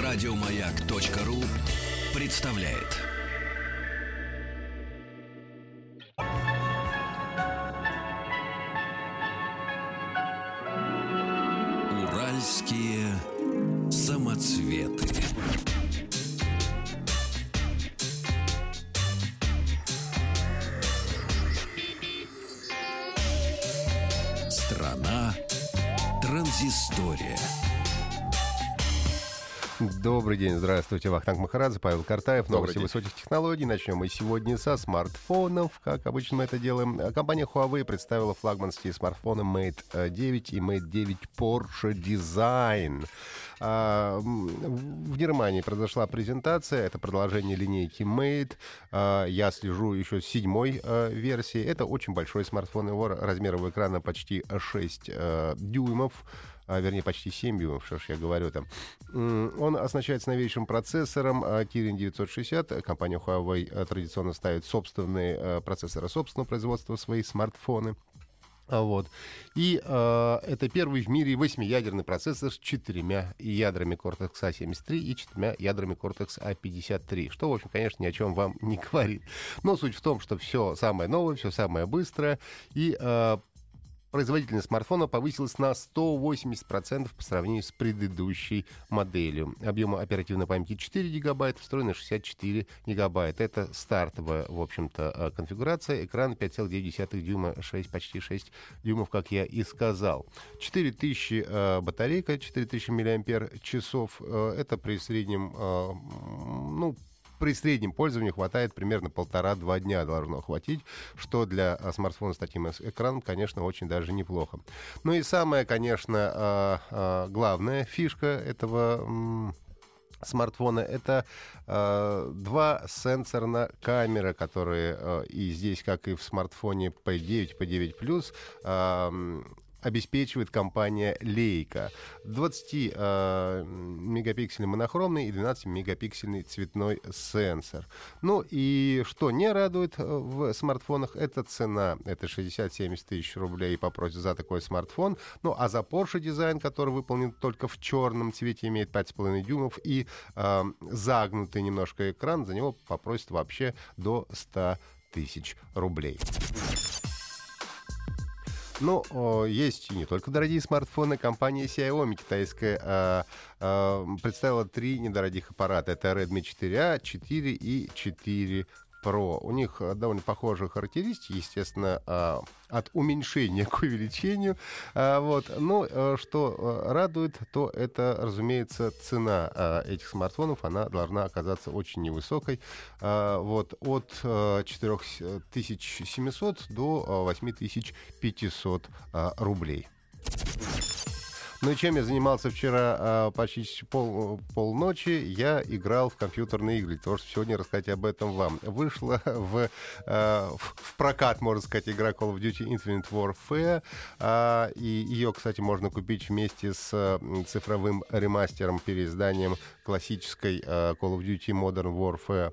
Радиомаяк.ру представляет. Уральские самоцветы. Страна транзистория. Добрый день, здравствуйте, Вахтанг Махарадзе, Павел Картаев, новости высоких технологий. Начнем мы сегодня со смартфонов, как обычно мы это делаем. Компания Huawei представила флагманские смартфоны Mate 9 и Mate 9 Porsche Design. В Германии произошла презентация, это продолжение линейки Mate. Я слежу еще с 7-й версии. Это очень большой смартфон, его размеров экрана почти 6 дюймов. Вернее, почти 7 дюймов, что ж я говорю там. Он оснащается новейшим процессором Kirin 960. Компания Huawei традиционно ставит собственные процессоры собственного производства в свои смартфоны. Вот. И это первый в мире 8-ядерный процессор с 4 ядрами Cortex-A73 и 4 ядрами Cortex-A53. Что, в общем, конечно, ни о чем вам не говорит. Но суть в том, что все самое новое, все самое быстрое. И производительность смартфона повысилась на 180% по сравнению с предыдущей моделью. Объем оперативной памяти 4 гигабайта, встроенный 64 гигабайта. Это стартовая, в общем-то, конфигурация. Экран 5,9 дюйма, почти 6 дюймов, как я и сказал. 4000 батарейка, 4000 мАч. Это при среднем, при среднем пользовании хватает примерно 1,5-2 дня должно хватить, что для смартфона с таким экраном, конечно, очень даже неплохо. Ну и самая, конечно, главная фишка этого смартфона — это 2 сенсорных камеры, которые и здесь, как и в смартфоне P9, P9+, обеспечивает компания Leica. 20-мегапиксельный монохромный и 12-мегапиксельный цветной сенсор. Ну и что не радует в смартфонах, это цена. Это 60-70 тысяч рублей попросят за такой смартфон. Ну а за Porsche Design, который выполнен только в черном цвете, имеет 5,5 дюймов и загнутый немножко экран, за него попросят вообще до 100 тысяч рублей. Ну, есть и не только дорогие смартфоны. Компания Xiaomi китайская представила 3 недорогих аппарата. Это Redmi 4A, 4 и 4 Pro. У них довольно похожие характеристики, естественно, от уменьшения к увеличению. Но что радует, то это, разумеется, цена этих смартфонов. Она должна оказаться очень невысокой. От 4700 до 8500 рублей. Ну и чем я занимался вчера почти полночи? Я играл в компьютерные игры, потому что сегодня рассказать об этом вам. Вышла в прокат, можно сказать, игра Call of Duty Infinite Warfare. И ее, кстати, можно купить вместе с цифровым ремастером, переизданием классической Call of Duty Modern Warfare.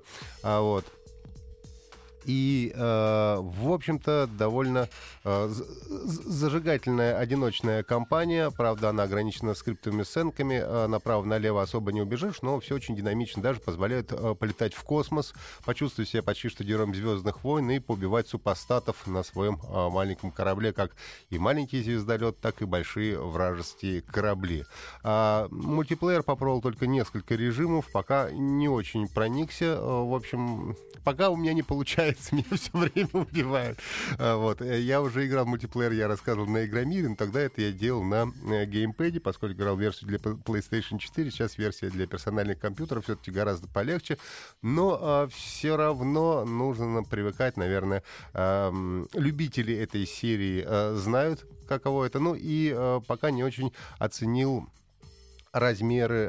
И, в общем-то, довольно зажигательная одиночная кампания. Правда, она ограничена скриптовыми сценками. Направо-налево особо не убежишь, но все очень динамично. Даже позволяет полетать в космос, почувствовать себя почти что героем «Звездных войн» и поубивать супостатов на своем маленьком корабле, как и маленький звездолет, так и большие вражеские корабли. Мультиплеер попробовал только несколько режимов, пока не очень проникся. В общем, пока у меня не получается. Меня все время убивают. Я уже играл в мультиплеер, я рассказывал на Игромире, но тогда это я делал на геймпэде, поскольку играл версию для PlayStation 4, сейчас версия для персональных компьютеров все-таки гораздо полегче, но все равно нужно привыкать, наверное. Любители этой серии знают, каково это, пока не очень оценил размеры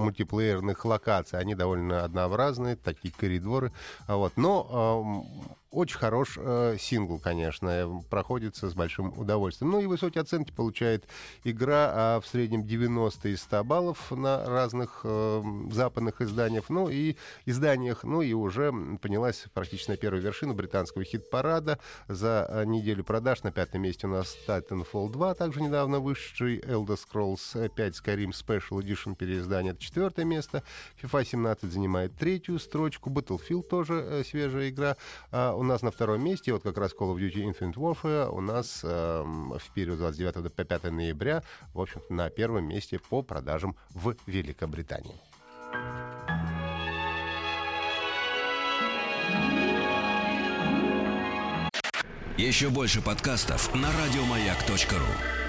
мультиплеерных локаций. Они довольно однообразные, такие коридоры. Но Очень хорош сингл, конечно, проходится с большим удовольствием. Ну и высокие оценки получает игра в среднем 90 из 100 баллов на разных западных изданиях, ну и уже поднялась практически на первую вершину британского хит-парада. За неделю продаж на 5-м месте у нас Titanfall 2, также недавно вышедший Elder Scrolls 5 Skyrim Special Edition переиздание, это 4-е место. FIFA 17 занимает 3-ю строчку, Battlefield тоже свежая игра. У нас на 2-м месте, вот как раз Call of Duty Infinite Warfare у нас в период 29 по 5 ноября, в общем-то, на 1-м месте по продажам в Великобритании. Еще больше подкастов на радиомаяк.ру.